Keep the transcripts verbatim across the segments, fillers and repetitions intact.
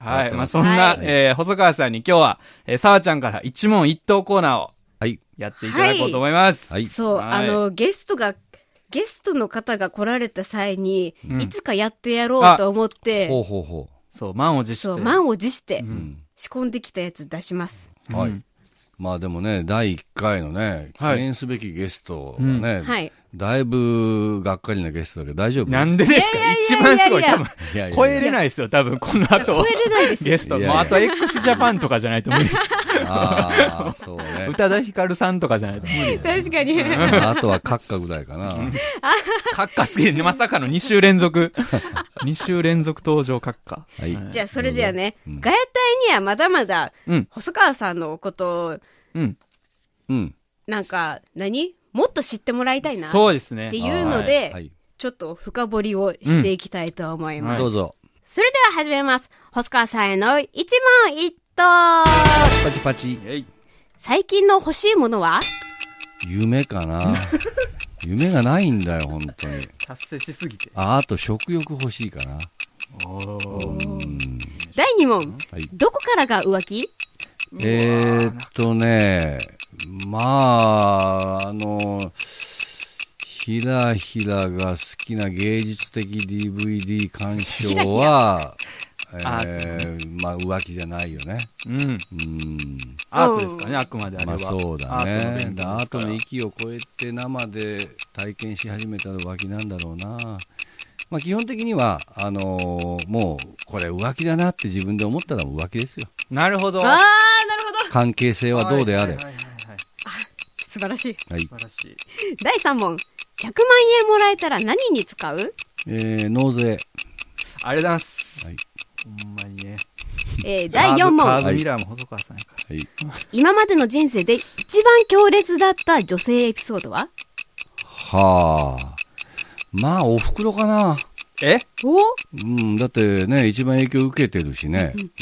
はい。まあ、そんな、はい、えー、細川さんに今日は、えー、沢ちゃんから一問一答コーナーを、はい。やっていただこうと思います。 はい。そう、はい、あの、ゲストが、ゲストの方が来られた際に、うん、いつかやってやろうと思って、 ほうほうほう。そう、満を持して。そう、 満を持して、うん、仕込んできたやつ出します。 はい。うん、まあでもね、だいいっかいのね、記念すべきゲストがね、はいうんはい、だいぶがっかりなゲストだけど大丈夫？ なんでですか？一番すごい。多分、超えれないですよ、多分、この後。 超えれないです。 ゲスト。もうあと X ジャパンとかじゃないと無理です。 ああ、そうね。 宇多田ヒカルさんとかじゃないと無理。 確かに。 あとは閣下ぐらいかな。 閣下すげえね、まさかのに週連続。に週連続登場閣下。 はい。じゃあ、それではね、うん、ガヤ隊にはまだまだ、うん、細川さんのことを、うん。うん。なんか、何？もっと知ってもらいたいな。 そうですね。 っていうので、はい、ちょっと深掘りをしていきたいと思います。うんはい、 どうぞ。 それでは始めます。細川さんへの一問一答。 パチパチ。 最近の欲しいものは？ 夢かな。夢がないんだよ、本当に。 達成しすぎて。 あ、あと食欲欲しいかな。 おー。だいに問、はい。どこからが浮気？ えーっとね、まあ、あの、ひらひらが好きな芸術的 ディーブイディー 鑑賞は、えー、まあ浮気じゃないよね。うん。うん。 アートですかね、あくまであれは。 まあそうだね。アートの域を超えて生で体験し始めたの浮気なんだろうな。まあ基本的には、あのー、もうこれ浮気だなって自分で思ったら浮気ですよ。 なるほど。 あー、なるほど。 関係性はどうであれ。 素晴らしい。 はい。 素晴らしい。 だいさん問。ひゃくまんえんもらえたら何に使う？ えー、納税。 ありがとうございます。はい。ほんまにね。 えー、だいよん問。 カードミラーも細川さんやから。はい。 今までの人生で一番強烈だった女性エピソードは？ はあ。まあ、お袋かな。 え？ お？ うん、だってね、一番影響受けてるしね。うん、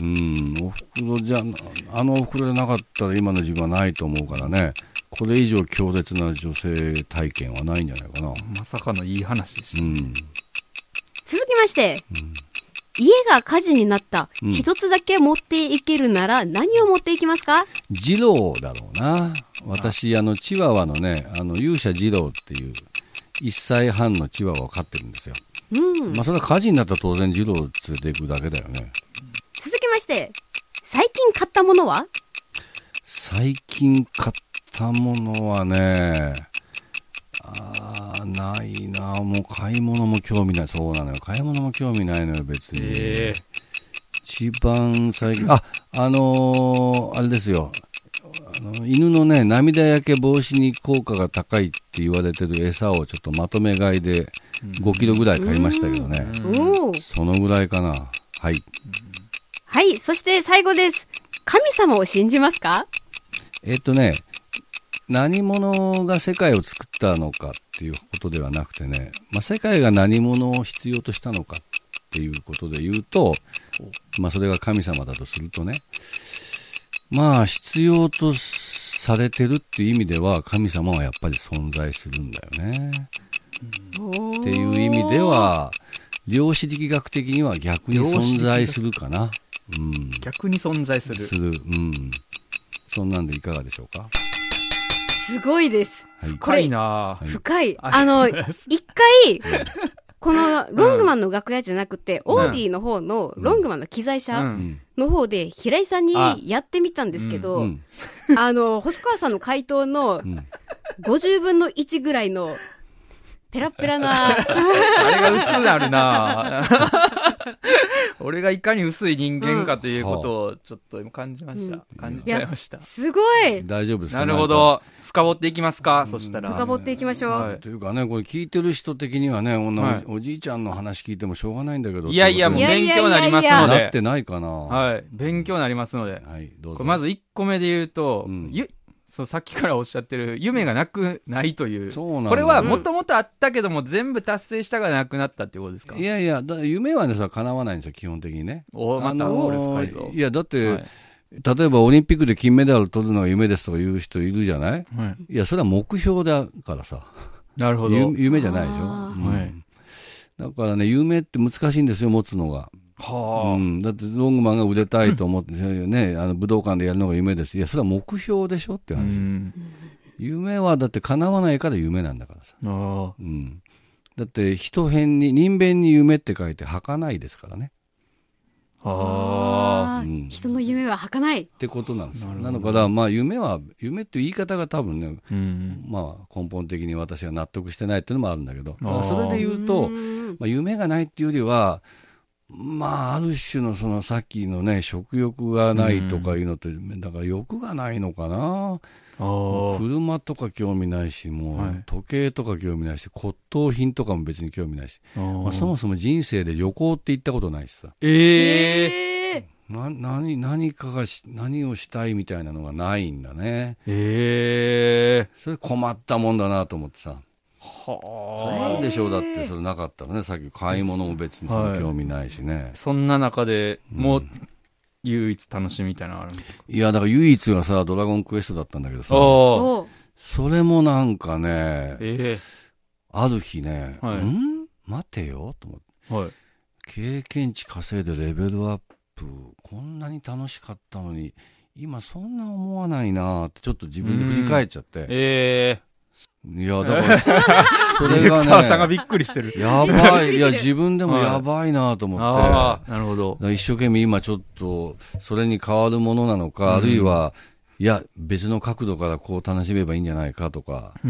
お袋じゃ、あのお袋じゃなかったら今の自分はないと思うからね。これ以上強烈な女性体験はないんじゃないかな。 まさかのいい話でした。うん、 続きまして、うん、家が火事になった、うん、一つだけ持っていけるなら何を持っていきますか？ ジローだろうな。私、あの、チワワのね、あの、勇者ジローっていういっさいはんのチワワを飼ってるんですよ。うん。まあ、それは火事になったら当然ジローを連れていくだけだよね。 続きまして、最近買ったものは？ 最近買ったものはね、あー、ないな。もう買い物も興味ない。そうなのよ。買い物も興味ないのよ、別に。えー、一番最近、あ、あのー、あれですよ。あの犬のね、涙焼け防止に効果が高いって言われてる餌をちょっとまとめ買いでごキロぐらい買いましたけどね。そのぐらいかな。はい。 はい、そして最後です。神様を信じますか？ えっとね、何者が世界を作ったのかっていうことではなくてね、まあ、世界が何者を必要としたのかっていうことで言うと、まあ、それが神様だとするとね、まあ必要とされてるっていう意味では神様はやっぱり存在するんだよね、うん、っていう意味では量子力学的には逆に存在するかな、うん、 逆に存在するする、うん、そんなんでいかがでしょうか？ すごいです、 はい、深いな、 深い、あの一回このロングマンの楽屋じゃなくて、うん、オーディの方のロングマンの機材車の方で平井さんにやってみたんですけど、うんうん、あの細川さんの回答のごじゅうぶんのいちぐらいのペラペラなあれが薄なるな俺がいかに薄い人間かということをちょっと今感じました、うん、感じちゃいました。 すごい大丈夫ですか？ なるほど、深掘っていきますか、うん、そしたら深掘っていきましょう、 はい、というかね、これ聞いてる人的にはね、お, はい、おじいちゃんの話聞いてもしょうがないんだけど、 いやいやもう勉強になりますので、 なってないかな、 はい、勉強になりますので、はい、どうぞ。これまずいっこめで言うと、うん、ゆそうさっきからおっしゃってる夢がなくないという、そうなんこれはもともとあったけども、うん、全部達成したがなくなったっていうことですか？ いやいや、だ夢はね、それは叶わないんですよ、基本的にね。 おまた俺深いぞ。 いやだって、はい、例えばオリンピックで金メダル取るのが夢ですとか言う人いるじゃない、はい、いやそれは目標だからさ。 なるほど。 夢じゃないでしょ、うん、はい、だからね、夢って難しいんですよ、持つのが。 はあ、 うん、だってロングマンが売れたいと思って、ね、あの武道館でやるのが夢です。いやそれは目標でしょっていう話、うん、夢はだって叶わないから夢なんだからさ、あ、うん、だって人編に人弁に夢って書いて儚いですからね。 あ、うん、人の夢は儚いってことなんですよ。なのからまあ夢は夢っていう言い方が多分ね、うん、まあ根本的に私が納得してないっていうのもあるんだけど、だからそれで言うと、まあ、夢がないっていうよりはまあ、ある種のそのさっきのね食欲がないとかいうのって、うん、だから欲がないのかな。あ、車とか興味ないし、もう時計とか興味ないし、骨董品とかも別に興味ないし、まあ、そもそも人生で旅行って行ったことないしさ、えー、な何何かがし何をしたいみたいなのがないんだね。えー、それ困ったもんだなと思ってさ。はあ、あるでしょう。だってそれなかったらね、さっき買い物も別にその興味ないしね、はい、 そんな中でもう、うん、唯一楽しみみたいなのあるんですか？ いやだから唯一がさドラゴンクエストだったんだけどさ、それもなんかね、えー、ある日ね、はい、ん待てよと思って、はい、経験値稼いでレベルアップこんなに楽しかったのに今そんな思わないなってちょっと自分で振り返っちゃって、えーいやだからそれがね、 さんがびっくりしてる。 やばい、いや自分でもやばいなと思って、 はい、なるほど。 一生懸命今ちょっとそれに変わるものなのか、うん、あるいはいや別の角度からこう楽しめばいいんじゃないかとか、うん、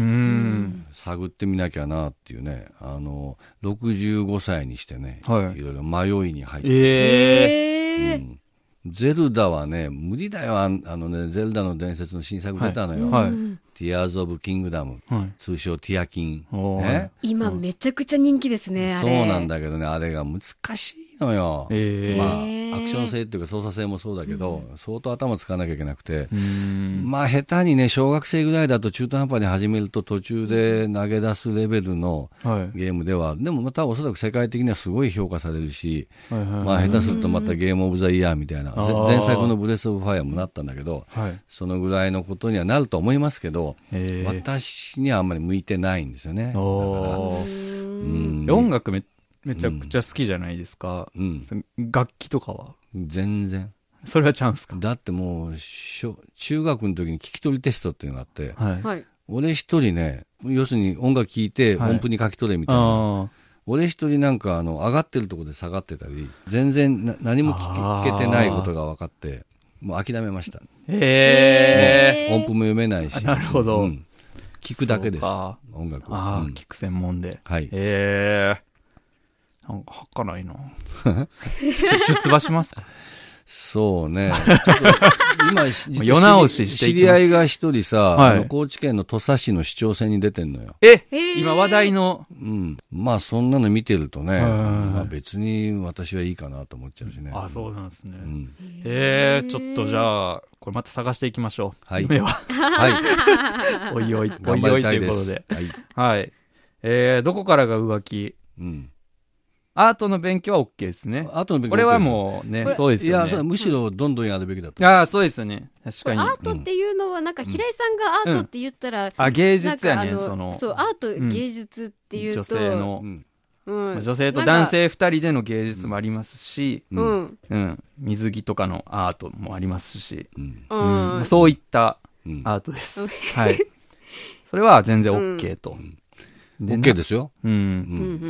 探ってみなきゃなっていうね、あのろくじゅうごさいにしてね、はい、いろいろ迷いに入って、えーうんゼルダはね無理だよ。あのねゼルダの伝説の新作出たのよ、はい、ティアーズ・オブ・キングダム、はい、通称ティアキン、ね、 今めちゃくちゃ人気ですね、あれ。 そうなんだけどね、あれが難しいのよ、えーまあ、アクション性っていうか操作性もそうだけど、うん、相当頭使わなきゃいけなくて、まあ下手にね小学生ぐらいだと中途半端に始めると途中で投げ出すレベルのゲームでは、はい、でもまたおそらく世界的にはすごい評価されるし、はいはいはい、まあ下手するとまたゲームオブザイヤーみたいな前作のブレスオブファイアもなったんだけど、はい、そのぐらいのことにはなると思いますけど、私にはあんまり向いてないんですよね。だからうん音楽 め, めちゃくちゃ好きじゃないですか、うん、楽器とかは全然。 それはチャンスか。 だってもう中学の時に聞き取りテストっていうのがあって、はい、俺一人ね要するに音楽聴いて音符に書き取れみたいな、はい、俺一人なんかあの上がってるところで下がってたり全然な何も聞けてないことが分かってもう諦めました。へー、音符も読めないし。 なるほど、うん、 聞くだけです音楽は。 あ、うん、聞く専門で。はい。へー、なんかはかないな出馬しますか？ そうね。ちょっと今世直しして知り合いが一人さ、はい、あの高知県の土佐市の市長選に出てんのよ。 え、今話題の。 うん。まあそんなの見てるとね、まあ、別に私はいいかなと思っちゃうしね。 あ、そうなんですね。うん、えー、ちょっとじゃあこれまた探していきましょう。はい。夢は。はい。おいおいおいおいということで。はい。はい。えー、どこからが浮気？うん。アートの勉強は OK ですね。 アートの勉強は OK です。 これはもうね、そうですよね。 いや、それはむしろどんどんやるべきだと。 ああ、そうですよね。確かに。 アートっていうのは、なんか平井さんがアートって言ったら、うん、 あ、芸術やね、その。 そう、アート、芸術っていうと。 女性の、うん、女性と男性二人での芸術もありますし、うん。うん。水着とかのアートもありますし、うんうん、そういったアートです。うん、はい。それは全然 OK と。うん OK ですよ、うんうん、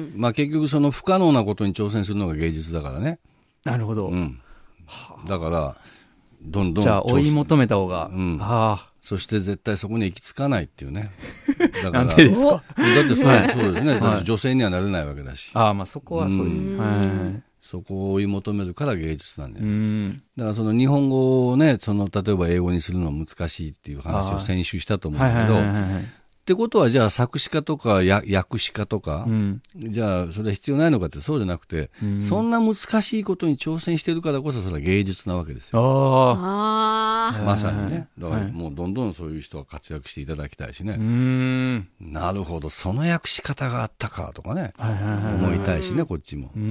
まあ結局その不可能なことに挑戦するのが芸術だからね。 なるほど、うん、 だからどんどんじゃあ追い求めた方が、 うん、はあ、そして絶対そこに行き着かないっていうね。 だからなんでですか？だってそう、はい、そうですね、はい、だって女性にはなれないわけだし、 ああ、まあそこはそうですね、うん、はい、 そこを追い求めるから芸術なんだよ、うん、だからその日本語をね、その例えば英語にするのは難しいっていう話を先週したと思うんだけど、はいはいはいはい、ってことはじゃあ作詞家とかや訳詞家とか、うん、じゃあそれは必要ないのかってそうじゃなくて、うん、そんな難しいことに挑戦してるからこそそれは芸術なわけですよ。ああ、まさにね。だからもうどんどんそういう人は活躍していただきたいしね。うん、なるほど、その訳し方があったかとかね、思いたいしね、こっちも。うん、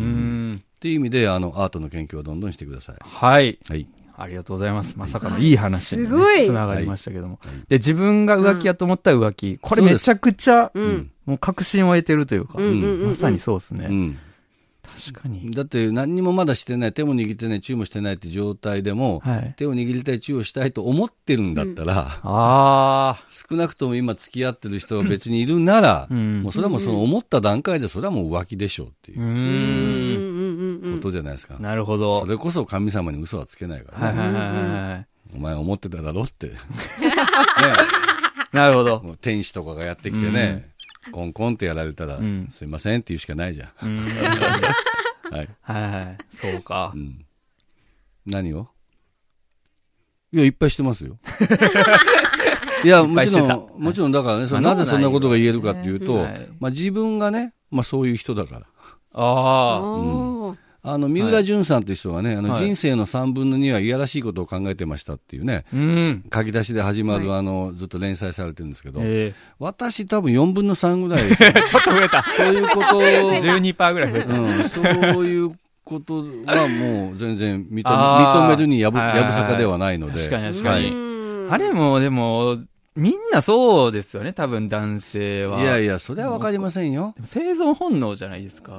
っていう意味であのアートの研究はどんどんしてください。 はい。はい。ありがとうございます。まさかのいい話に、ね、すごいつながりましたけども、はい、で自分が浮気やと思ったら浮気、うん、これめちゃくちゃ、うん、もう確信を得てるというか、うん、まさにそうですね、うん、 確かに。 だって何にもまだしてない、手も握ってない、チューもしてないって状態でも、 はい、 手を握りたい、チューをしたいと思ってるんだったら、うん、 あ少なくとも今付き合ってる人が別にいるなら、うん、もうそれはもうその思った段階でそれはもう浮気でしょうっていう、うん、ことじゃないですか。 なるほど。 それこそ神様に嘘はつけないからね。はいはいはいはい、お前思ってただろって。ね、 なるほど。 もう天使とかがやってきてね、うん、コンコンってやられたら、うん、すいませんって言うしかないじゃん。うん、はいはいはい、そうか。うん、 何を？いや、いっぱいしてますよ。いや、もちろん、もちろんだからね、それなぜそんなことが言えるかっていうと、はい、まあ自分がね、まあそういう人だから。 ああ。 うん、あの三浦淳さんという人はね、はい、あの人生のさんぶんのにはいやらしいことを考えてましたっていうね、うん、書き出しで始まる、はい、あのずっと連載されてるんですけど、えー、私多分よんぶんのさんぐらいですよ。 ちょっと増えた。 そういうことをじゅうにパーセント ぐらい増えた、 うん、そういうことはもう全然認め、認めるにやぶ、やぶさかではないので。 確かに確かに、はい、あれもでもみんなそうですよね、多分男性は。 いやいや、それは分かりませんよ。 生存本能じゃないですか。 うん、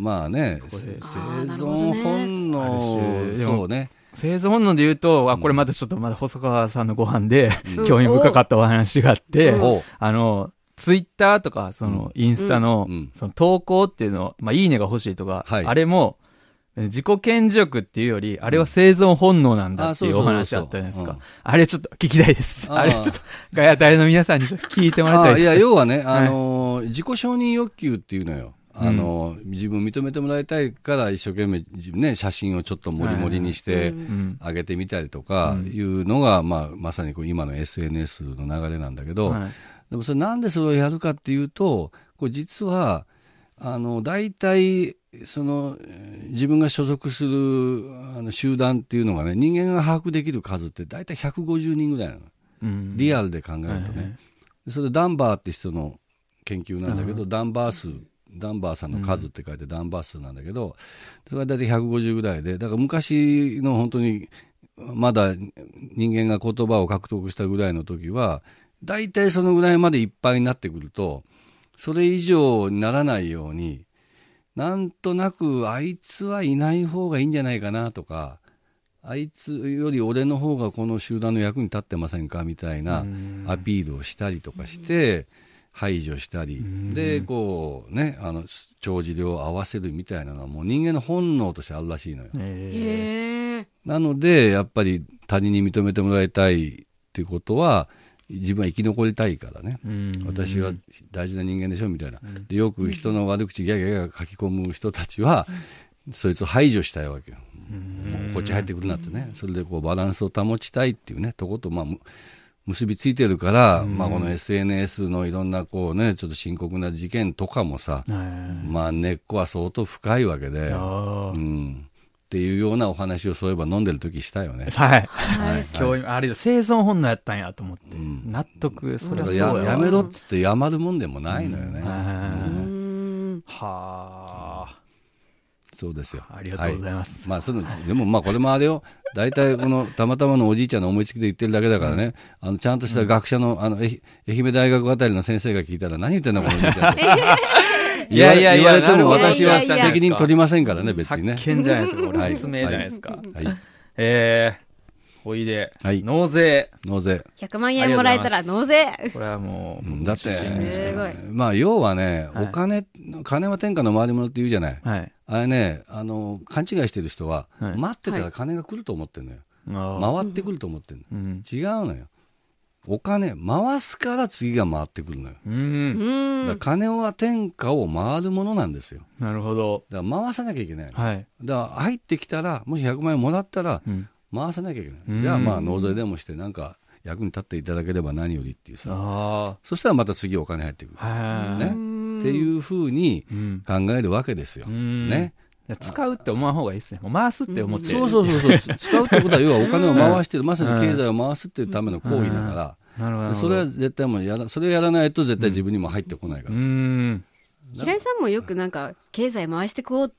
まあね、生存本能、そうね。 生存本能で言うと、あ、これまたちょっとまだ細川さんのご飯で、うん、興味深かったお話があって、うん、あの、ツイッターとか、その、インスタの、うん、その投稿っていうの、まあ、いいねが欲しいとか、はい、あれも、自己顕示欲っていうより、あれは生存本能なんだっていうお話あったじゃないですか。あれちょっと聞きたいです。あ, あれちょっと、ガヤ隊の皆さんにちょっと聞いてもらいたいです。 いや、要はね、あのーはい、自己承認欲求っていうのよ。あのーうん、自分認めてもらいたいから一生懸命、ね、写真をちょっとモリモリにして上げてみたりとかいうのが、まあ、まさにこう今の エスエヌエス の流れなんだけど、はい、でもそれなんでそれをやるかっていうと、これ実は、あの、大体、その、自分が所属するあの集団っていうのがね、人間が把握できる数って大体ひゃくごじゅうにんぐらいなの。うん、リアルで考えるとね。はいはい、それダンバーって人の研究なんだけど、ダンバー数、ダンバーさんの数って書いてダンバー数なんだけど、それが大体ひゃくごじゅうぐらいで、だから昔の本当に、まだ人間が言葉を獲得したぐらいの時は、大体そのぐらいまでいっぱいになってくると、それ以上にならないように、なんとなくあいつはいない方がいいんじゃないかなとか、あいつより俺の方がこの集団の役に立ってませんかみたいなアピールをしたりとかして排除したりで、こうね、あの帳尻を合わせるみたいなのはもう人間の本能としてあるらしいのよ。へー。なのでやっぱり他人に認めてもらいたいっていうことは、自分は生き残りたいからね、私は大事な人間でしょみたいな、でよく人の悪口ギャギャギャ書き込む人たちは、そいつを排除したいわけよ。もうこっち入ってくるなってね。それでこうバランスを保ちたいっていうねとこと、まあ、結びついてるから、まあ、この エスエヌエス のいろんなこうねちょっと深刻な事件とかもさ、まあ根っこは相当深いわけで、うん、っていうようなお話をそういえば飲んでる時したよね。 はい。はい。今日、あれ生存本能やったんやと思って。うん、納得、それはそうや。 やめろって言ってやまるもんでもないのよね。うん、 はあ。 そうですよ。 ありがとうございます。 はい、まあ、その、でもまあこれもあれよ。大体このたまたまのおじいちゃんの思いつきで言ってるだけだからね、うん、あのちゃんとした学者の、あの愛媛大学あたりの先生が聞いたら何言ってんだこのおじいちゃんって。 いやいやいや、 言われても私は責任取りませんからね、別にね。 発見じゃないですか、これ。発明じゃないですか。はい。えー、おいで、はい、納税。 納税。 ひゃくまんえんもらえたら納税。 これはもう、 だって、まあ、要はね、お金、金は天下の回り物って言うじゃない。はい。あれね、あの、勘違いしてる人は、待ってたら金が来ると思ってるのよ。回ってくると思ってるの。違うのよ。お金回すから次が回ってくるのよ。うん、だから金は天下を回るものなんですよ。 なるほど。 だから回さなきゃいけない。はい。だから入ってきたら、もしひゃくまんえんもらったら、うん、回さなきゃいけない。うん、じゃあまあ納税でもしてなんか役に立っていただければ何よりっていうさ。あ、そしたらまた次お金入ってくる。ね。っていうふうに考えるわけですよ。うん、ね。 使うって思わん方がいいですね。もう回すって思って、 そうそうそうそう使うってことは要はお金を回してる、まさに経済を回すっていうための行為だから、なるほど、それは絶対もうやらそれをやらないと絶対自分にも入ってこないからです。 平井さんもよくなんか経済回してこうって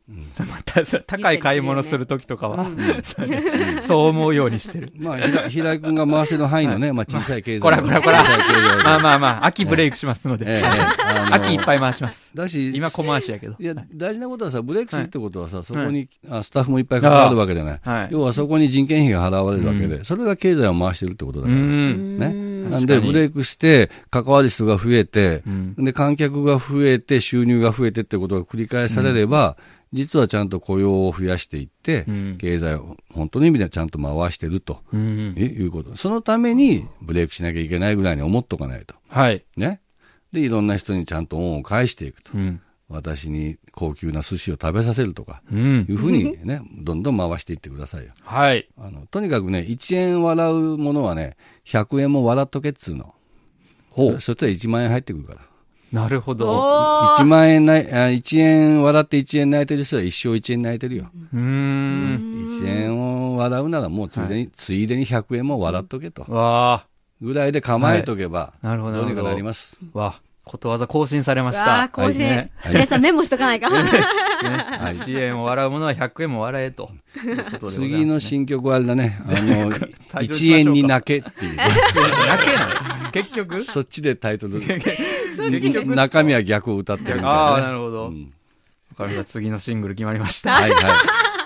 また高い買い物するときとかは、そう思うようにしてる。 まあ、平井君が回せる範囲のね、まあ、小さい経済。 こらこらこら。まあまあまあ、秋ブレイクしますので。 ええ秋いっぱい回します。 だし、 今小回しやけど。 いや、大事なことはさ、ブレイクするってことはさ、そこにスタッフもいっぱい関わるわけじゃない。要はそこに人件費が払われるわけで、それが経済を回してるってことだから。ね。なんで、ブレイクして、関わる人が増えて、で、観客が増えて、収入が増えてってことが繰り返されれば、実はちゃんと雇用を増やしていって、うん、経済を本当の意味ではちゃんと回してると、うん、いうこと。そのためにブレイクしなきゃいけないぐらいに思っとかないと。 はい。 ね。で、いろんな人にちゃんと恩を返していくと。うん、私に高級な寿司を食べさせるとか、うん、いうふうにね、どんどん回していってくださいよ。 はい。 あの、とにかくね、いちえん笑うものはね、ひゃくえんも笑っとけっつうの。ほう。そしたらいちまんえん入ってくるから。 なるほど。 いちまんえんない、いちえん笑っていちえん泣いてる人は一生いちえん泣いてるよ。 うーん。 いちえんを笑うならもうついでに、はい、ついでにひゃくえんも笑っとけと。 わあ。 ぐらいで構えとけば、 はい、なるほど。 どうにかなります。 わあ。ことわざ更新されました。 わあ、更新。はい、平井さんメモしとかないか。ね、 いちえんを笑うものはひゃくえんも笑えと。 次の新曲はあれだね。あの、いちえんに泣けっていう。泣けな結局そっちでタイトル。中身は逆を歌ってるみたいな、ね。 ああ、なるほど。わ、うん、かりました。次のシングル決まりました。 はいはい。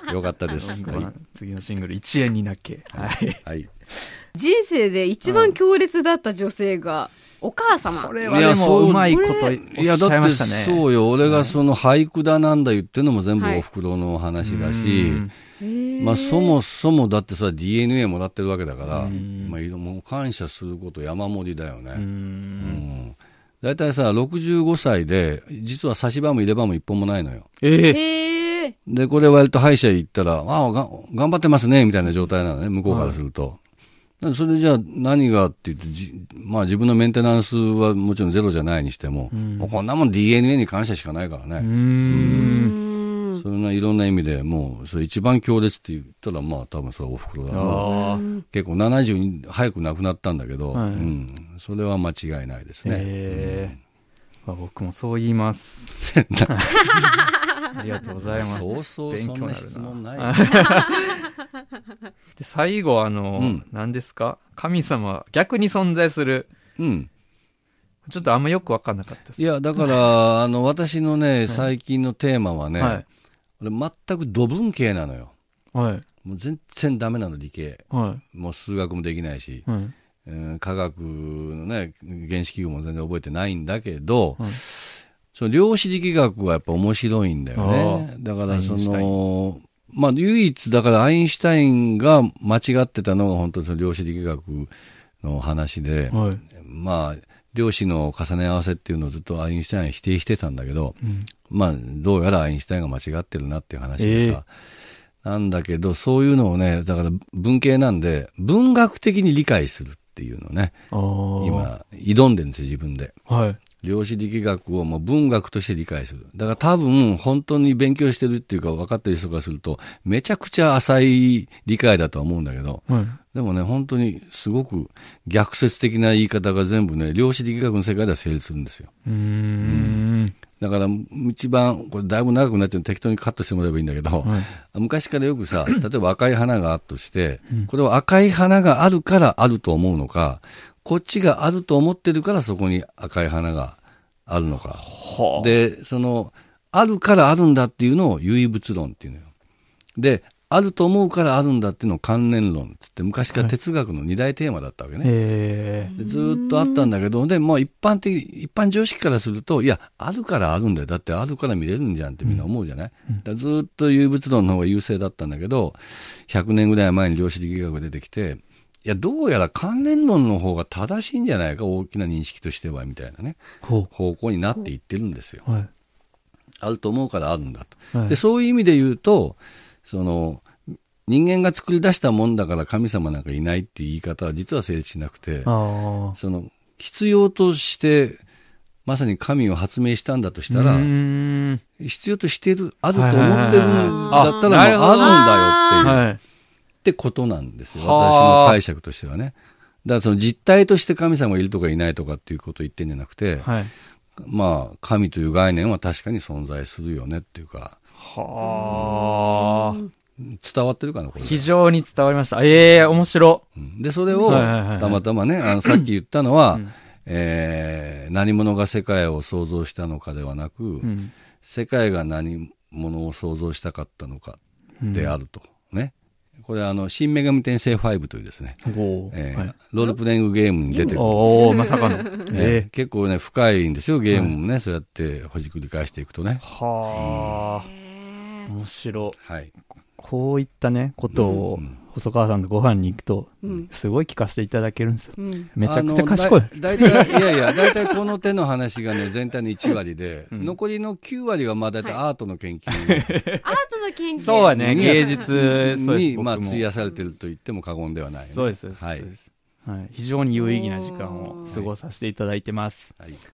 よかったです。はい、 次のシングルいちえんに泣け。はい。はい、 人生で一番強烈だった女性が、お母様。 これはでもうまいことおっしゃいましたね。いや、だってそうよ。俺がその俳句だなんだ言ってるのも全部お袋の話だし、はい、まあそもそもだってさ ディーエヌエー もらってるわけだから、まあいろも感謝すること山盛りだよね。うん。だいたいさろくじゅうごさいで実は差し歯も入れ歯も一本もないのよ。 えー、 でこれ割と歯医者行ったら、ああが頑張ってますねみたいな状態なのね、向こうからすると。はい、それじゃあ何がって言ってじ、まあ自分のメンテナンスはもちろんゼロじゃないにしても、うん、もうこんなもん ディーエヌエー に感謝しかないからね。うーん。うん、それないろんな意味でもう、それ一番強烈って言ったらまあ多分それはお袋だな。結構ななじゅうに早く亡くなったんだけど、はい、うん。それは間違いないですね。 へー。うん、僕もそう言います。ありがとうございます。 そうそうそんな質問ない。 で最後あの、うん、何ですか、神様逆に存在する、うん、ちょっとあんまよく分かんなかったです。 いやだからあの私のね、はい、最近のテーマはね、はい、俺全く土文系なのよ。はい、もう全然ダメなの理系、はい、もう数学もできないし、はい、えー、科学のね原子器具も全然覚えてないんだけど、はい、その量子力学はやっぱ面白いんだよね。だからそのまあ唯一だからアインシュタインが間違ってたのが本当にその量子力学の話で、はい、まあ量子の重ね合わせっていうのをずっとアインシュタインは否定してたんだけど、うん、まあどうやらアインシュタインが間違ってるなっていう話でさ、えー、なんだけどそういうのをねだから文系なんで文学的に理解するっていうのをね今挑んでるんですよ自分で。はい、量子力学をもう文学として理解する。だから多分本当に勉強してるっていうか分かってる人からするとめちゃくちゃ浅い理解だとは思うんだけど、はい、でもね本当にすごく逆説的な言い方が全部ね量子力学の世界では成立するんですよ。うーん、うん、だから一番これだいぶ長くなってるの適当にカットしてもらえばいいんだけど、はい、昔からよくさ例えば赤い花があっとして、うん、これは赤い花があるからあると思うのかこっちがあると思ってるからそこに赤い花があるのか。で、その、あるからあるんだっていうのを唯物論っていうのよ。で、あると思うからあるんだっていうのを観念論ってって昔から哲学の二大テーマだったわけね。へー。でずっとあったんだけど、で、もう一般的、一般常識からすると、いや、あるからあるんだよ。だってあるから見れるんじゃんってみんな思うじゃない、うん、だずっと唯物論の方が優勢だったんだけど、ひゃくねんぐらい前に量子力学が出てきて、いやどうやら関連論の方が正しいんじゃないか大きな認識としてはみたいなね方向になっていってるんですよ、はい、あると思うからあるんだと、はい、でそういう意味で言うとその人間が作り出したもんだから神様なんかいないっていう言い方は実は成立しなくて、その必要としてまさに神を発明したんだとしたら必要としているあると思ってるんだったらもうあるんだよっていう、はいってことなんですよ。私の解釈としてはね。だからその実態として神様がいるとかいないとかっていうことを言ってんじゃなくて、はい、まあ神という概念は確かに存在するよねっていうか、 はあ。 伝わってるかなこれ。 非常に伝わりました。ええー、面白。 で、それを、たまたまね、あの、さっき言ったのは、うん、えー、何者が世界を創造したのかではなく、うん、世界が何者を創造したかったのかであると。うん、ね。これは、あの、新女神転生ファイブというですね、えーはい、ロールプレイングゲームに出てくる。 おー、まさかの。 えー、結構ね、深いんですよ、ゲームもね、はい、そうやってほじくり返していくとね。 はあ、うん、面白。 はい。 こういったね、ことを、細川さんとご飯に行くと、すごい聞かせていただけるんですよ。うん、めちゃくちゃ賢い。 だいたい、いやいや、だいたいこの手の話がね、全体のいち割で、うん、残りのきゅう割がまあだいたいアートの研究。はい、 アートの研究そうはね、芸術に、まあ、費やされてると言っても過言ではない、ね。 そうです、そうです。はい。非常に有意義な時間を過ごさせていただいてます。はい。